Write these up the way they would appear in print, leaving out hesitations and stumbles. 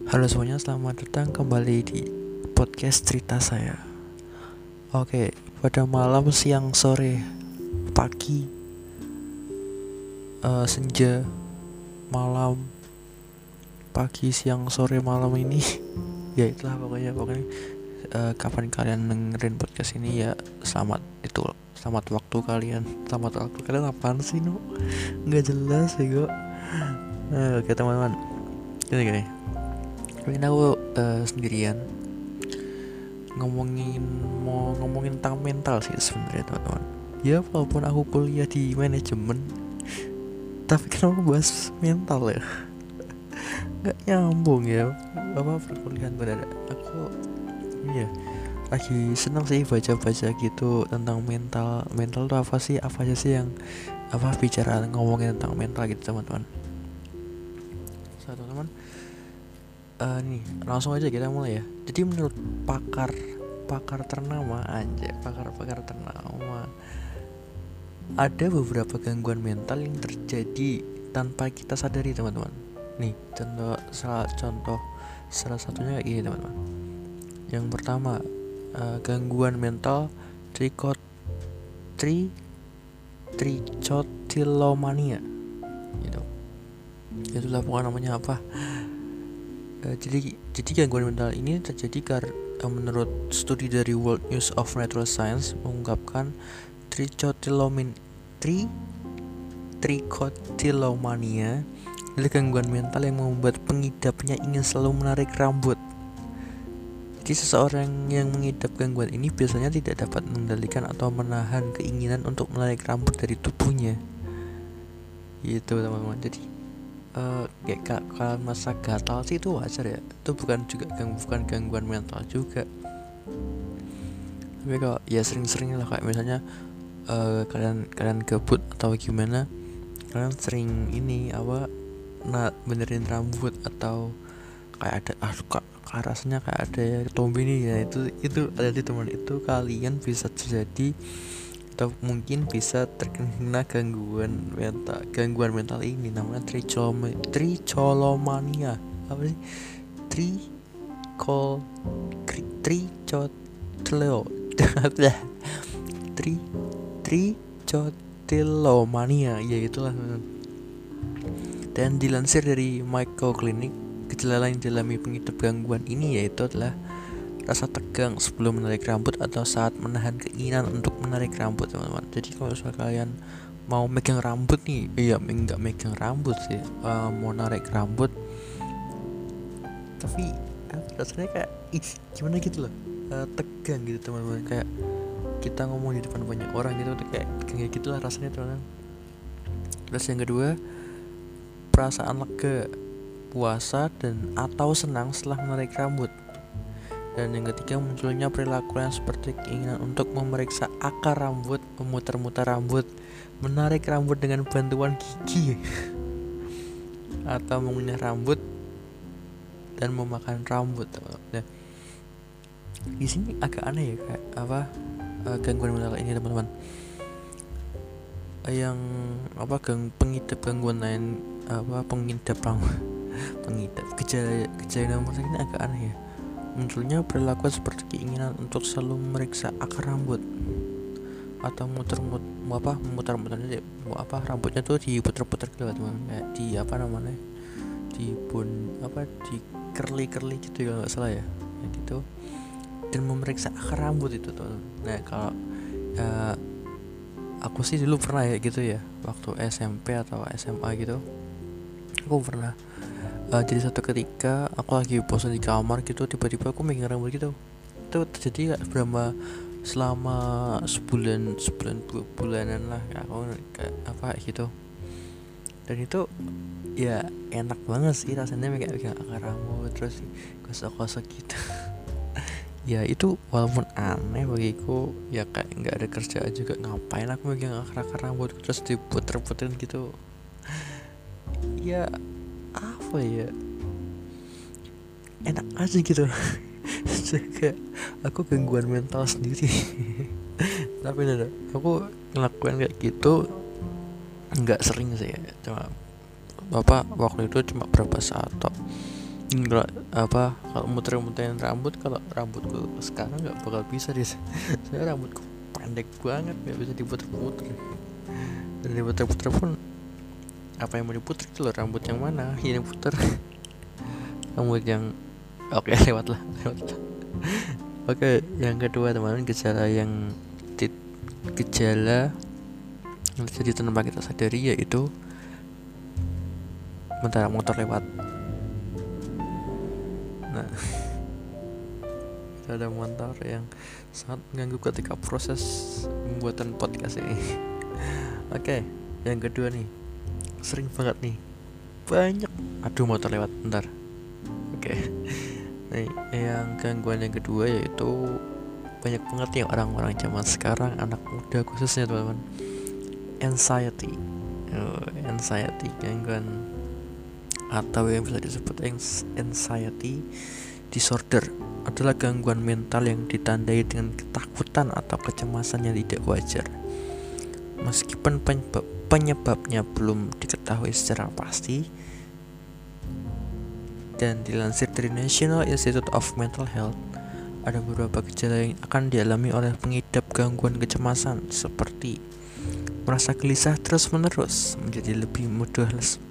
Halo semuanya, selamat datang kembali di podcast cerita saya. Oke, pada malam, siang, sore, pagi, senja, malam, pagi, siang, sore, malam ini ya itulah pokoknya kapan kalian dengerin podcast ini ya selamat itu selamat waktu kalian. Selamat waktu kalian apaan sih, no? Nggak jelas ya gue. Oke teman-teman, gini ini aku sendirian mau ngomongin tentang mental sih sebenarnya teman-teman. Ya walaupun aku kuliah di manajemen, tapi kenapa bahas mental ya? Nggak nyambung ya. Apa perkuliahan berada? Aku iya lagi senang sih baca-baca gitu tentang mental. Mental tuh apa sih? Apa aja sih yang bicara ngomongin tentang mental gitu teman-teman. So teman-teman, nih langsung aja kita mulai ya. Jadi menurut pakar ternama aja, pakar ternama, ada beberapa gangguan mental yang terjadi tanpa kita sadari teman-teman. Nih contoh salah satunya kayak gini teman-teman. Yang pertama, gangguan mental tricot tri trichotillomania gitu. Itulah bukan namanya apa. Jadi gangguan mental ini terjadi karena menurut studi dari World News of Neuroscience mengungkapkan trichotillomania adalah gangguan mental yang membuat pengidapnya ingin selalu menarik rambut. Jadi seseorang yang mengidap gangguan ini biasanya tidak dapat mengendalikan atau menahan keinginan untuk menarik rambut dari tubuhnya. Gitu teman-teman. Jadi kayak kalau masa gatal sih itu wajar ya. Itu bukan gangguan mental juga. Tapi kalau ya sering-sering lah kayak misalnya kalian gabut atau gimana, kalian sering ini benerin rambut atau kayak ada kak rasanya kayak ada ya tombe nih ya, itu ada di teman itu, kalian bisa terjadi atau mungkin bisa terkena gangguan mental ini namanya trichotillomania. Apa sih tricol trichotillomania trichotillomania ya itulah. Dan dilansir dari Mayo Clinic, gejala yang dialami pengidap gangguan ini yaitu adalah rasa tegang sebelum menarik rambut atau saat menahan keinginan untuk menarik rambut teman-teman. Jadi kalau misalnya kalian mau megang rambut nih, nggak megang rambut sih, mau narik rambut, tapi rasanya kayak gimana gitu loh, tegang gitu teman-teman, kayak kita ngomong di depan banyak orang gitu, kayak tegang gitulah rasanya teman-teman. Terus yang kedua, perasaan lega, puasa dan atau senang setelah menarik rambut. Dan yang ketiga, munculnya perilaku yang seperti keinginan untuk memeriksa akar rambut, memutar-mutar rambut, menarik rambut dengan bantuan gigi atau mengunyah rambut dan memakan rambut. Nah, di sini agak aneh ya, kayak gangguan mental ini teman-teman. Yang pengidap gangguan lain, gejala nomor ini agak aneh ya. Munculnya perilaku seperti keinginan untuk selalu memeriksa akar rambut atau muter-muter rambutnya tuh diputer-puter gitu teman, kayak di di curly gitu ya, nggak salah ya, kayak gitu, dan memeriksa akar rambut itu tuh. Nah kalau aku sih dulu pernah ya gitu ya, waktu SMP atau SMA gitu aku pernah. Jadi satu ketika aku lagi bosan di kamar gitu, tiba-tiba aku megang rambut gitu. Itu terjadi selama sebulan 2 bulanan lah, aku kayak gitu. Dan itu ya enak banget sih rasanya, megang akar rambut terus gosok-gosok gitu. Ya itu walaupun aneh bagiku, ya kayak nggak ada kerjaan juga, ngapain aku megang akar rambut terus diputer-puterin gitu. Ya apa ya, enak aja gitu. Juga aku gangguan mental sendiri. Tapi aku ngelakuin kayak gitu nggak sering sih ya, cuma waktu itu cuma berapa saat toh. Enggak apa, kalau muter-muterin rambut, kalau rambutku sekarang nggak bakal bisa deh. Saya rambutku pendek banget, nggak bisa diputer-puter. Dan diputer-puter pun, apa yang mau diputer itu loh, rambut yang mana ini puter. Rambut yang oke, lewat lah, lewat lah. Oke, yang kedua teman-teman, gejala yang terjadi tanpa kita sadari, yaitu bentar motor lewat. Nah, ada motor yang sangat mengganggu ketika proses pembuatan podcast ini. Oke, yang kedua nih, sering banget nih, banyak, aduh motor lewat, bentar. Oke, nih yang gangguan yang kedua yaitu banyak banget nih orang-orang zaman sekarang, anak muda khususnya teman-teman, anxiety. Anxiety, gangguan atau yang bisa disebut anxiety disorder adalah gangguan mental yang ditandai dengan ketakutan atau kecemasan yang tidak wajar. Meskipun penyebabnya belum diketahui secara pasti, dan dilansir dari National Institute of Mental Health, ada beberapa gejala yang akan dialami oleh pengidap gangguan kecemasan, seperti merasa gelisah terus-menerus, menjadi lebih mudah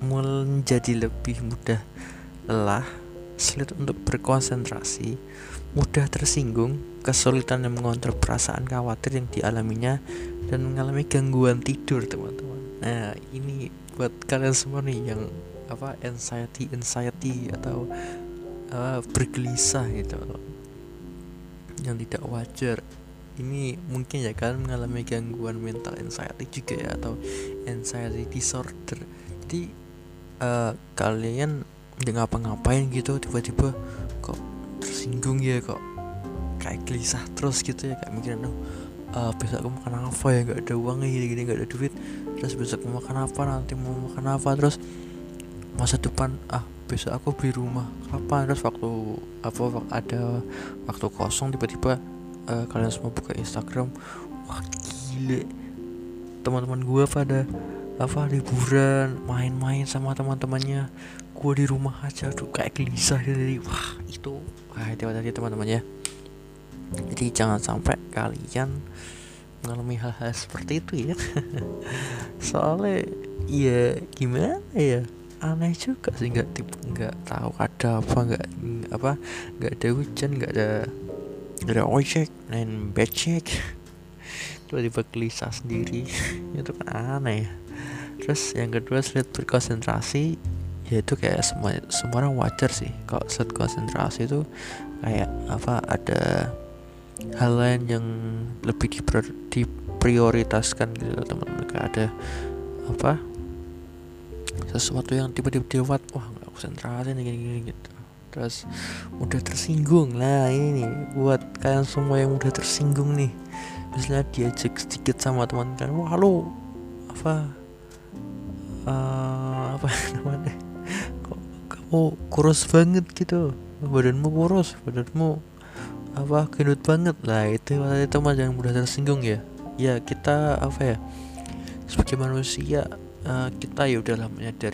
lelah, sulit untuk berkonsentrasi, mudah tersinggung, kesulitan yang mengontrol perasaan khawatir yang dialaminya, dan mengalami gangguan tidur teman-teman. Nah, ini buat kalian semua nih yang anxiety atau bergelisah gitu, yang tidak wajar. Ini mungkin ya kalian mengalami gangguan mental anxiety juga ya, atau anxiety disorder. Jadi kalian udah ngapa-ngapain gitu, tiba-tiba kok tersinggung ya, kok kayak gelisah terus gitu ya, kayak mikirin besok aku makan apa ya, nggak ada uang gini-gini, nggak ada duit, terus besok mau makan apa, nanti mau makan apa, terus masa depan, besok aku beli rumah kapan, terus ada waktu kosong, tiba-tiba kalian semua buka Instagram, wah gile, teman-teman gue pada liburan main-main sama teman-temannya, gue di rumah aja, tuh kayak gelisah dari hati-hati teman-teman ya. Jadi jangan sampai kalian mengalami hal-hal seperti itu ya. Soalnya ya gimana ya, aneh juga sih, nggak tahu ada nggak ada hujan, nggak ada ojek, dan becek, tiba-tiba gelisah sendiri. Itu kan aneh ya. Terus yang kedua, sulit berkonsentrasi, yaitu kayak semua orang wajar sih kalau sulit konsentrasi itu, kayak ada hal lain yang lebih diprioritaskan gitu teman-teman, kayak ada sesuatu yang tiba-tiba dilewat, wah nggak konsentrasi nih gini gitu. Terus mudah tersinggung. Nah ini nih buat kalian semua yang mudah tersinggung nih, misalnya diajak sedikit sama teman kan, wah lo namanya, kok kamu kurus banget gitu, badanmu kurus, badanmu gendut banget lah, itu mah jangan mudah tersinggung ya. Ya kita sebagai manusia, kita ya udahlah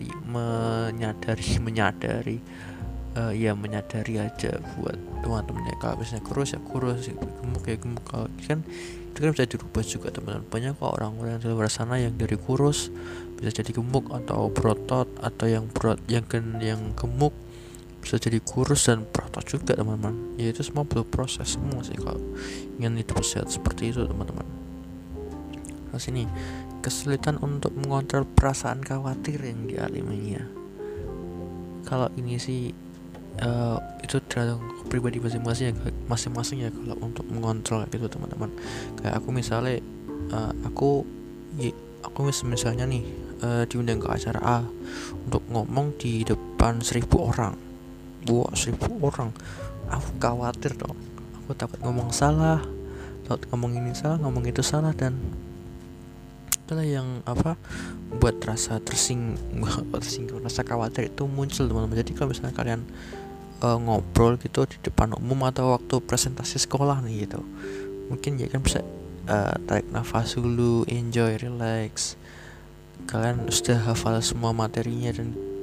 menyadari aja buat teman-temannya, kalau misalnya kurus ya kurus, gemuk ya gemuk, kalau kan itu kan bisa dirubah juga teman-teman. Banyak kok orang-orang di luar sana yang dari kurus bisa jadi gemuk, atau berotot, atau yang gemuk bisa jadi kurus dan berotot juga teman-teman. Ya itu semua butuh proses semua sih kalau ingin hidup sehat seperti itu teman-teman. Terus ini, kesulitan untuk mengontrol perasaan khawatir yang dialaminya. Kalau ini sih itu tergantung pribadi masing-masing ya kalau untuk mengontrol gitu teman-teman. Kayak aku misalnya, aku misalnya nih diundang ke acara A untuk ngomong di depan 1.000 orang. 1.000 orang, aku khawatir dong, aku takut ngomong salah, takut ngomong ini salah, ngomong itu salah, dan itulah yang buat rasa tersinggung, rasa khawatir itu muncul teman-teman. Jadi kalau misalnya kalian ngobrol gitu di depan umum atau waktu presentasi sekolah nih gitu, mungkin ya kan bisa tarik nafas dulu, enjoy, relax. Kalian sudah hafal semua materinya dan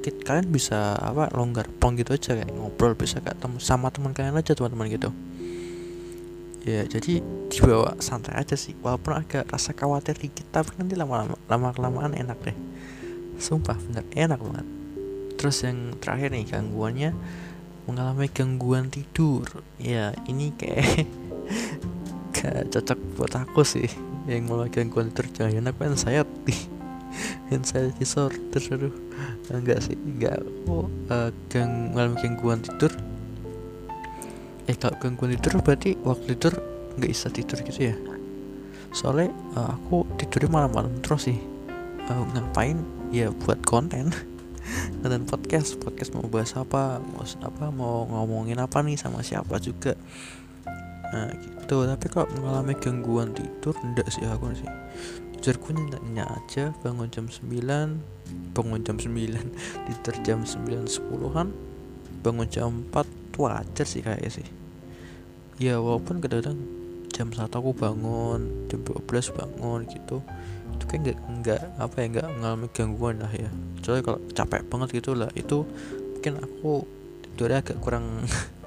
kalian bisa longgar plong gitu aja, kayak ngobrol bisa kayak sama teman kalian aja, teman-teman gitu ya. Jadi dibawa santai aja sih, walaupun agak rasa khawatir dikit, tapi nanti lama kelamaan enak deh, sumpah bener enak banget. Terus yang terakhir nih, gangguannya mengalami gangguan tidur ya. Ini kayak gak cocok buat aku sih, yang mengalami gangguan tidur. Jangan aku anxiety anxiety disorder. Aduh, enggak sih, enggak. Aku mengalami gangguan tidur. Kalau gangguan tidur berarti waktu tidur nggak bisa tidur gitu ya. Soalnya aku tidurnya malam-malam terus sih. Ngapain ya, buat konten dan podcast mau bahas apa, mau ngomongin apa nih, sama siapa juga. Nah gitu. Tapi kalau mengalami gangguan tidur enggak sih aku sih. Tidurku nyenyak aja, bangun jam 9 tidur jam 9.10-an, bangun jam 4 wajar sih kayaknya sih ya. Walaupun kadang-kadang jam 1 aku bangun, jam 12 bangun gitu, itu kan nggak mengalami gangguan lah ya. Soalnya kalau capek banget gitu lah, itu mungkin aku tidurnya agak kurang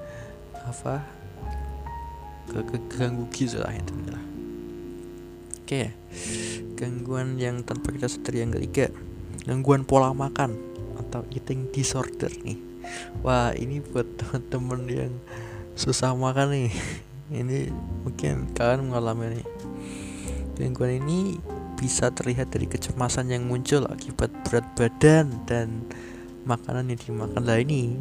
keganggu gitu lah intinya lah. Oke, gangguan yang tanpa kita sadari yang ketiga, gangguan pola makan atau eating disorder nih. Wah, ini buat teman-teman yang susah makan nih. Ini mungkin kalian mengalami nih. Gangguan ini bisa terlihat dari kecemasan yang muncul akibat berat badan dan makanan yang dimakan. Lah ini.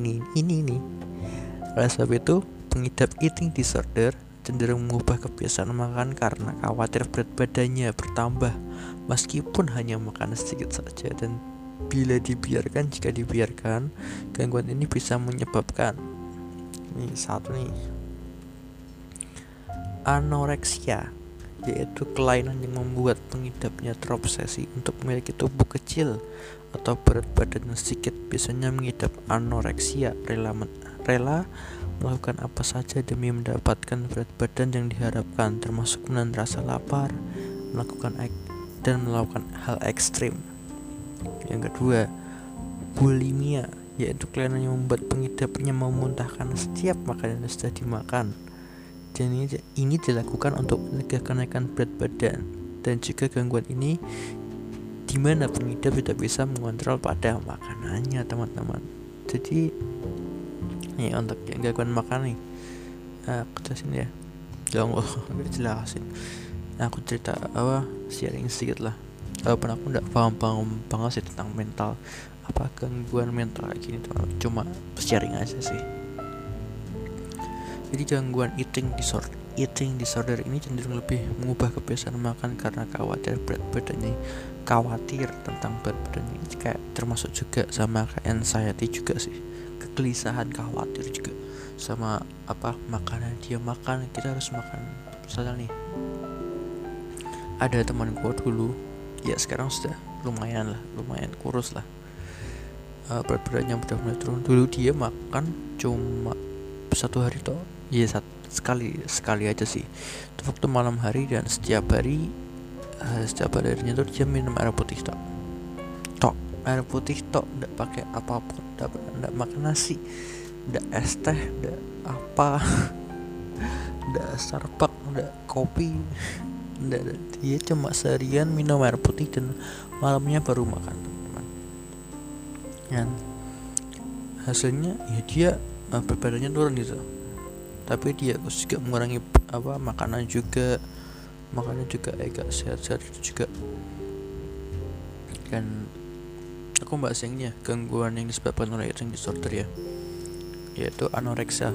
Oleh sebab itu, pengidap eating disorder cenderung mengubah kebiasaan makan karena khawatir berat badannya bertambah meskipun hanya makan sedikit saja. Dan jika dibiarkan, gangguan ini bisa menyebabkan anoreksia, yaitu kelainan yang membuat pengidapnya terobsesi untuk memiliki tubuh kecil atau berat badan yang sedikit. Biasanya mengidap anoreksia rela melakukan apa saja demi mendapatkan berat badan yang diharapkan, termasuk menahan rasa lapar, melakukan hal ekstrim. Yang kedua, bulimia, yaitu kelainan yang membuat pengidapnya memuntahkan setiap makanan yang sudah dimakan. Dan ini dilakukan untuk mencegah kenaikan berat badan. Dan juga gangguan ini di mana pengidap tidak bisa mengontrol pada makanannya, teman-teman. Jadi ini untuk yang gangguan makan nih, aku jelasin ya. Jangan jelasin. Aku cerita sharing sedikit lah. Walaupun aku nggak paham banget sih tentang mental, gangguan mental kayak gini, cuma sharing aja sih. Jadi gangguan eating disorder ini cenderung lebih mengubah kebiasaan makan karena khawatir tentang berat badannya. Kayak termasuk juga sama kayak anxiety juga sih, kegelisahan, khawatir juga sama makanan dia makan. Kita harus makan, misalnya nih, ada temanku dulu, ya sekarang sudah lumayan kurus lah, berat badannya udah mulai turun. Dulu dia makan cuma satu hari toh, ya sekali aja sih, itu waktu malam hari, dan setiap harinya tuh dia minum air putih tok, nggak pakai apapun, nggak makan nasi, nggak es teh, nggak nggak Starbucks, nggak kopi, dia cuma seharian minum air putih dan malamnya baru makan, teman-teman. Dan hasilnya ya dia berat badannya turun gitu. Tapi dia juga mengurangi makannya juga agak sehat-sehat juga. Dan aku bahas yang gangguan yang disebabkan oleh eating disorder ya, yaitu anoreksia,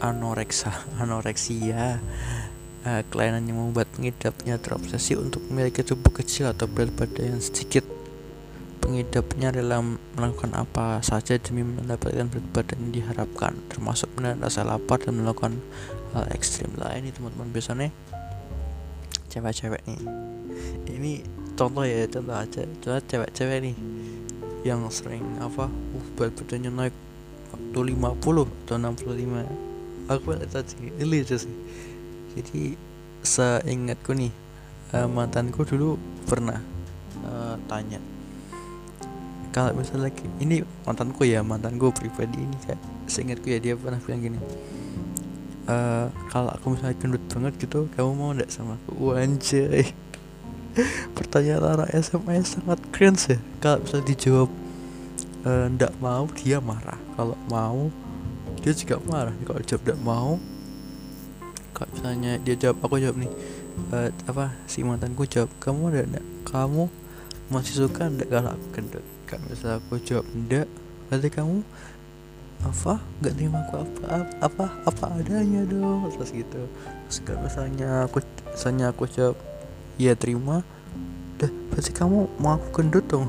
kelainan yang membuat pengidapnya terobsesi untuk memiliki tubuh kecil atau berat badan yang sedikit. Pengidapnya rela melakukan apa saja demi mendapatkan berat badan yang diharapkan, termasuk menahan rasa lapar dan melakukan hal ekstrim lah. Ini teman-teman biasanya cewek-cewek nih. Ini contoh aja. Contoh cewek-cewek nih yang sering berat badannya naik waktu 50 atau 65. Aku lihat aja sih. Jadi seingatku nih, mantanku dulu pernah tanya, kalau misalnya ini mantanku pribadi ini, kayak seingatku ya, dia pernah bilang gini, kalau aku misalnya gendut banget gitu, kamu mau nggak sama aku? Anjay. Pertanyaan anak SMA yang sangat cringe ya. Kalau misalnya dijawab nggak mau, dia marah. Kalau mau, dia juga marah. Kalau jawab nggak mau, kalau misalnya dia jawab, aku jawab nih, si mantanku jawab, kamu ada enggak, kamu masih suka enggak kalau aku gendut? Kalau misalnya aku jawab enggak, berarti kamu nggak terima aku apa adanya dong, terus gitu. Terus kalau misalnya aku jawab iya terima, dah berarti kamu mau aku gendut dong.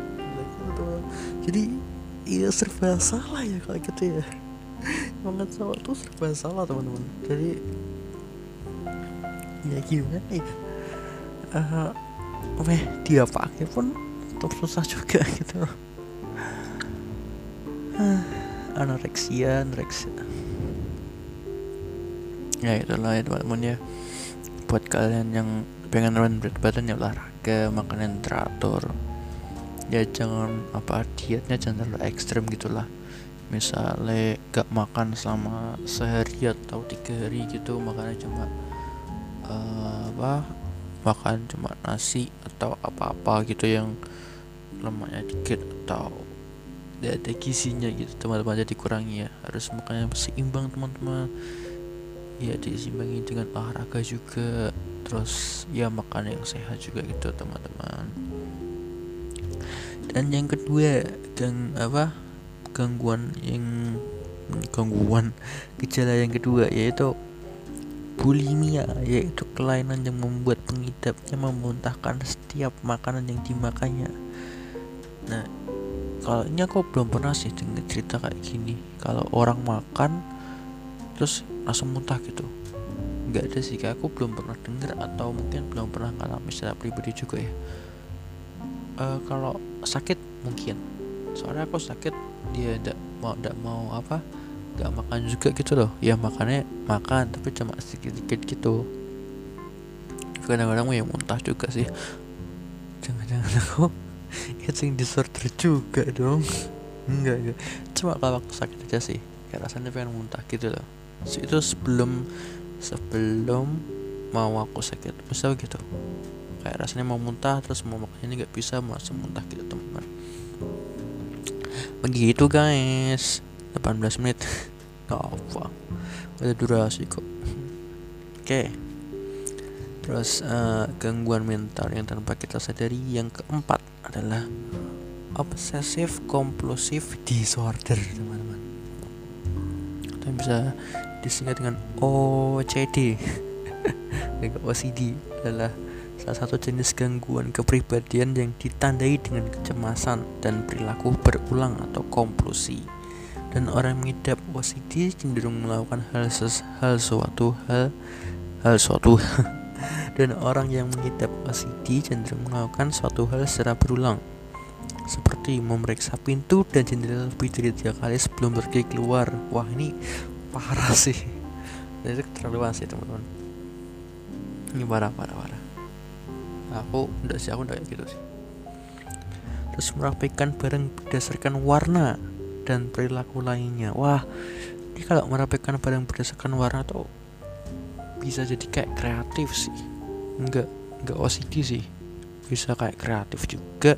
Jadi iya, serba salah ya kalau gitu ya. Banget, sama tuh serba salah teman-teman. Jadi ya gimana ya, dia pakai pun tetap susah juga gitu. Anoreksia ya, itulah ya teman-teman ya. Buat kalian yang pengen berat badan ya olahraga, makan yang teratur ya, jangan dietnya jangan terlalu ekstrem gitulah. Misalnya gak makan selama sehari atau 3 hari gitu, makannya cuma makan cuma nasi atau apa gitu yang lemaknya dikit atau ada gizinya gitu teman-teman. Jadi kurangi ya, harus makannya seimbang teman-teman ya, diseimbangi dengan olahraga juga, terus ya makan yang sehat juga gitu teman-teman. Dan yang kedua, gangguan gejala yang kedua yaitu bulimia, yaitu kelainan yang membuat pengidapnya memuntahkan setiap makanan yang dimakannya. Nah, kalau ini aku belum pernah sih dengar cerita kayak gini, kalau orang makan terus langsung muntah gitu. Nggak ada sih, kayak aku belum pernah dengar, atau mungkin belum pernah ngalami secara pribadi juga ya. Kalau sakit mungkin, soalnya aku sakit, dia nggak makan juga gitu loh ya, makannya makan tapi cuma sedikit gitu. Kadang-kadang ya muntah juga sih, jangan-jangan aku eating disorder juga dong. enggak, cuma kalau aku sakit aja sih, kayak rasanya pengen muntah gitu loh. Itu sebelum mau aku sakit misal gitu, kayak rasanya mau muntah, terus mau makan ini nggak bisa, langsung muntah gitu teman-teman. Begitu guys, 18 menit. Gak apa, ada durasi kok. Oke. Terus gangguan mental yang tanpa kita sadari yang keempat adalah obsessive compulsive disorder teman-teman. Kita bisa disingkat dengan OCD. OCD adalah salah satu jenis gangguan kepribadian yang ditandai dengan kecemasan dan perilaku berulang atau kompulsi. Dan orang mengidap OCD cenderung melakukan hal suatu dan orang yang mengidap OCD cenderung melakukan suatu hal secara berulang, seperti memeriksa pintu dan jendela lebih dari 3 kali sebelum pergi keluar. Wah, ini parah sih. Ini keterlaluan sih teman-teman. Ini parah. Aku enggak kayak gitu sih. Terus merapikan barang berdasarkan warna dan perilaku lainnya. Wah, ini kalau merapikan barang berdasarkan warna tuh bisa jadi kayak kreatif sih. Enggak OCD sih, bisa kayak kreatif juga.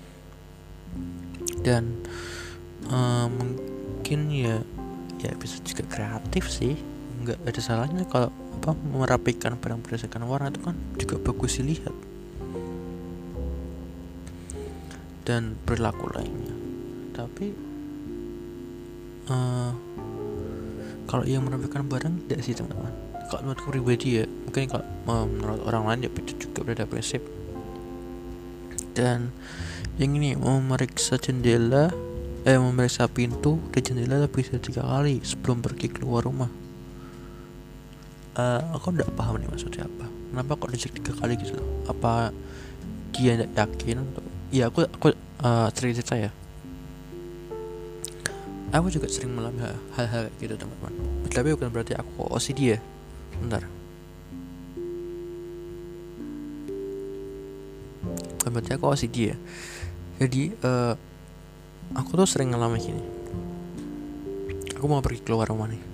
Dan mungkin ya bisa juga kreatif sih. Enggak ada salahnya kalau merapikan barang berdasarkan warna, itu kan juga bagus dilihat. Dan perilaku lainnya. Tapi kalau yang merapikan barang tidak sih teman-teman. Kalau menurutku pribadi ya, mungkin kalau menurut orang lain ya beda juga, beda prinsip. Dan yang ini memeriksa pintu dan jendela lebih dari 3 kali sebelum pergi keluar rumah. Aku tidak paham nih maksudnya apa. Kenapa kok dicek 3 kali gitu loh? Apa dia tidak yakin? Ya aku cerita ya. Aku juga sering mengalami hal-hal kayak gitu teman-teman. Tapi bukan berarti aku OCD ya. Bentar. Bukan berarti aku OCD ya. Jadi Aku tuh sering ngalamin gini. Aku mau pergi keluar rumah nih.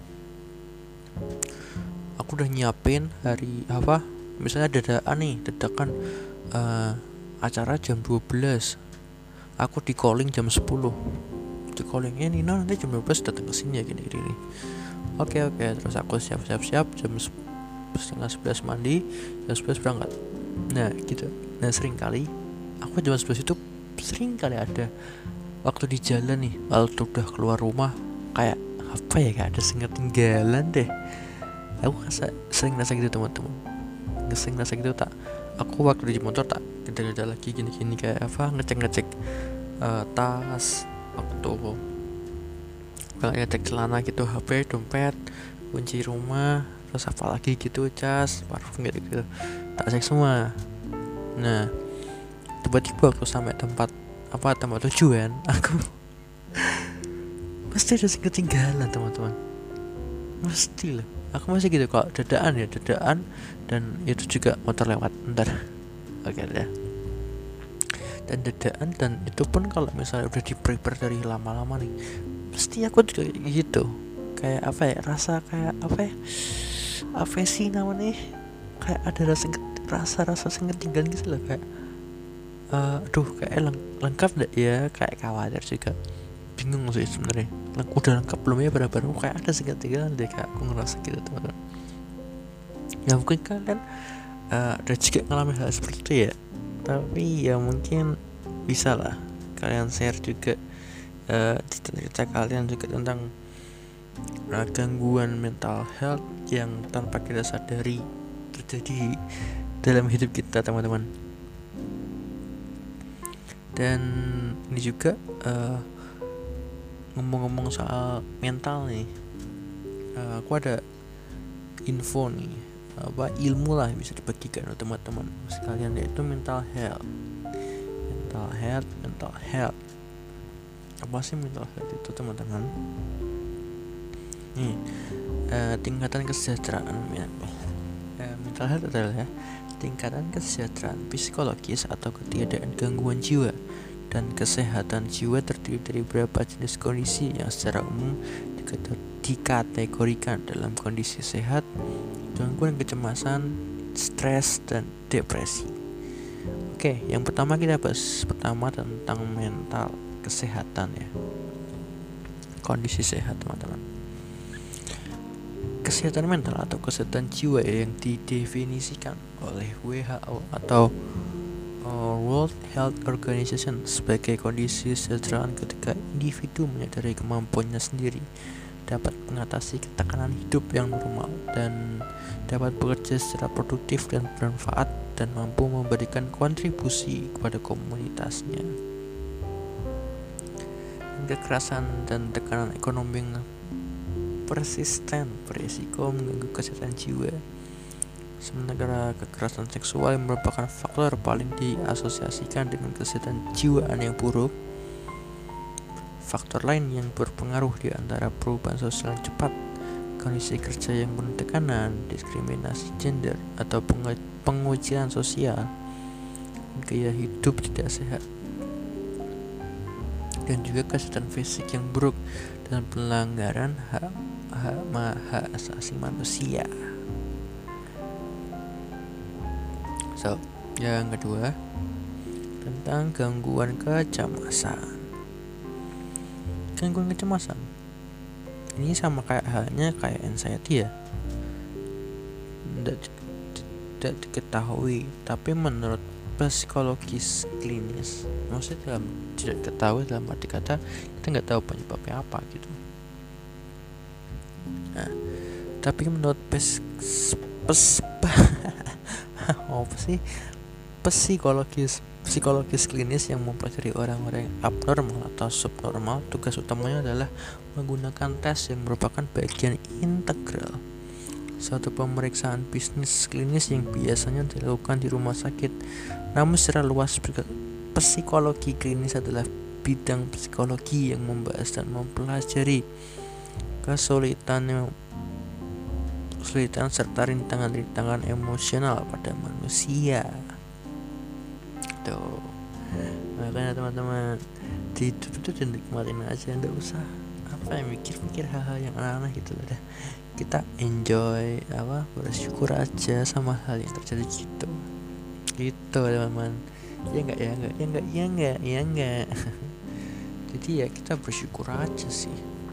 Aku udah nyiapin hari apa? Misalnya dadakan acara jam 12. Aku di calling jam 10. Di calling, Nino nanti jam 12 datang ke sini ya gini. Oke, terus aku siap jam setengah 11 mandi, jam 11 berangkat. Nah gitu. Nah sering kali aku jam 11 itu sering kali ada waktu di jalan nih, kalau udah keluar rumah kayak apa ya, kayak ada ketinggalan deh. Aku sering ngerasa gitu teman-teman. Sering ngerasa gitu, tak aku waktu di motor tak gede-gede lagi gini kayak apa, ngecek tas, waktu ngecek celana gitu, HP, dompet, kunci rumah, terus apa lagi gitu, cas, parfum gitu tak cek semua. Nah tiba-tiba waktu sampai tempat tujuan, aku pasti ada ketinggalan teman-teman, mesti lah. Aku masih gitu kok, dadaan dan itu juga motor lewat ntar. Oke deh. Dan dadaan, dan itu pun kalau misalnya udah di prepare dari lama-lama nih, pasti aku juga gitu. Kayak apa ya, rasa kayak apa ya, apa sih namanya, kayak ada rasa ketinggalan gitu loh, kayak aduh kayak lengkap gak ya, kayak khawatir juga, bingung sih sebenarnya. Udah lengkap belum ya barang-barang, kayak ada ketinggalan deh, kayak aku ngerasa gitu teman-teman. Ya mungkin kalian udah juga ngalamin hal seperti itu ya, tapi ya mungkin bisa lah kalian share juga cerita kalian juga tentang gangguan mental health yang tanpa kita sadari terjadi dalam hidup kita teman-teman. Dan ini juga ngomong-ngomong soal mental nih, aku ada info nih, ilmu lah bisa dibagikan untuk teman-teman sekalian, yaitu mental health. Apa sih mental health itu teman-teman? Nih, tingkatan kesejahteraan mental health adalah tingkatan kesejahteraan psikologis atau ketiadaan gangguan jiwa dan kesehatan jiwa terdiri dari beberapa jenis kondisi yang secara umum dikategorikan dalam kondisi sehat, gangguan kecemasan, stres, dan depresi. Oke, yang pertama kita bahas tentang mental kesehatan ya. Kondisi sehat teman-teman. Kesehatan mental atau kesehatan jiwa yang didefinisikan oleh WHO atau World Health Organization sebagai kondisi kesejahteraan ketika individu menyadari kemampuannya sendiri, dapat mengatasi tekanan hidup yang normal, dan dapat bekerja secara produktif dan bermanfaat, dan mampu memberikan kontribusi kepada komunitasnya. Kekerasan dan tekanan ekonomi yang persisten berisiko mengganggu kesehatan jiwa. Sementara kekerasan seksual yang merupakan faktor paling diasosiasikan dengan kesehatan jiwaan yang buruk. Faktor lain yang berpengaruh di antara perubahan sosial yang cepat, kondisi kerja yang penuh tekanan, diskriminasi gender atau pengucilan sosial, gaya hidup tidak sehat, dan juga kesehatan fisik yang buruk dan pelanggaran hak asasi manusia. So, yang kedua tentang gangguan kecemasan. Gangguan kecemasan ini sama halnya kayak anxiety ya, tidak diketahui, tapi menurut psikologis klinis, maksudnya tidak diketahui dalam arti kata kita nggak tahu penyebabnya apa gitu. Nah, tapi menurut psikologis klinis yang mempelajari orang-orang abnormal atau subnormal, tugas utamanya adalah menggunakan tes yang merupakan bagian integral suatu pemeriksaan bisnis klinis yang biasanya dilakukan di rumah sakit. Namun secara luas, psikologi klinis adalah bidang psikologi yang membahas dan mempelajari kesulitan serta rintangan emosional pada manusia. Tuh, makanya teman-teman, di hidup itu dinikmatin aja, nggak usah mikir-mikir hal-hal yang aneh gitu loh. Dah kita enjoy bersyukur aja sama hal yang terjadi gitu teman-teman. Ya enggak jadi ya kita bersyukur aja sih.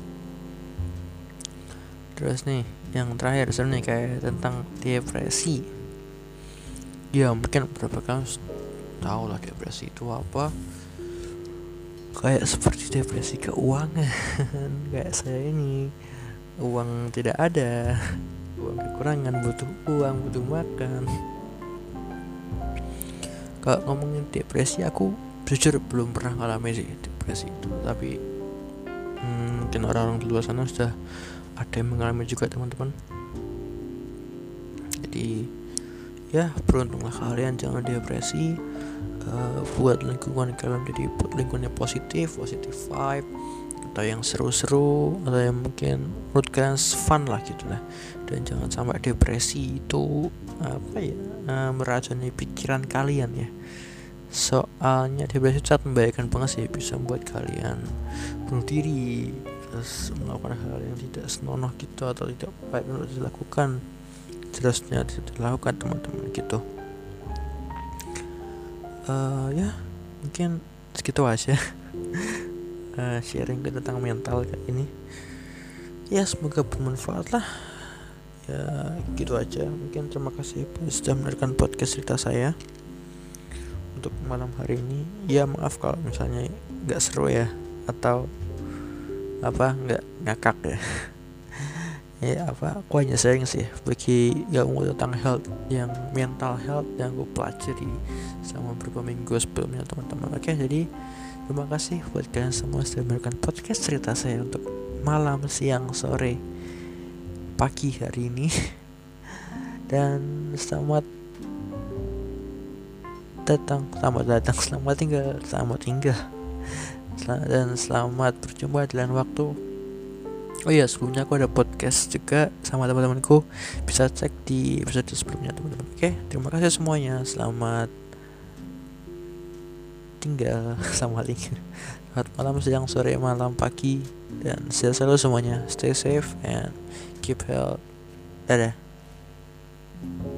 Terus nih yang terakhir sebenarnya kayak tentang depresi. Ya mungkin beberapa kalian tahu lah depresi itu apa. Kayak seperti depresi keuangan. Kayak saya ini uang tidak ada, uang kekurangan, butuh uang, butuh makan. Kalau ngomongin depresi, aku jujur belum pernah ngalami sih depresi itu. Tapi mungkin orang-orang di luar sana sudah ada yang mengalami juga teman-teman. Jadi ya beruntunglah kalian, jangan depresi. Buat lingkungan kalian jadi lingkungan yang positif vibe, atau yang seru-seru, atau yang mungkin menurut kalian fun lah gitu lah. Dan jangan sampai depresi itu meracuni pikiran kalian ya. Soalnya depresi itu sangat membahayakan banget sih, bisa membuat kalian bunuh diri, terus melakukan hal yang tidak senonoh gitu atau tidak baik untuk dilakukan. Seharusnya tidak dilakukan teman-teman gitu. Ya mungkin segitu aja sharing tentang mental kayak ini. Ya semoga bermanfaat lah. Ya gitu aja. Mungkin terima kasih sudah mendengarkan podcast cerita saya untuk malam hari ini. Ya maaf kalau misalnya nggak seru ya, atau nggak ngakak ya. Aku hanya sharing sih bagi ilmu tentang health, yang mental health yang gue pelajari selama beberapa minggu sebelumnya teman-teman. Oke, jadi terima kasih buat kalian semua sudah mendengarkan podcast cerita saya untuk malam, siang, sore, pagi hari ini. Dan selamat tinggal, dan selamat berjumpa di lain waktu. Oh iya, sebelumnya aku ada podcast juga sama teman-temanku, bisa cek di episode sebelumnya teman-teman. Oke, terima kasih semuanya. Selamat tinggal. Selamat malam, siang, sore, malam, pagi, dan sehat selalu semuanya. Stay safe and keep health. Dadah.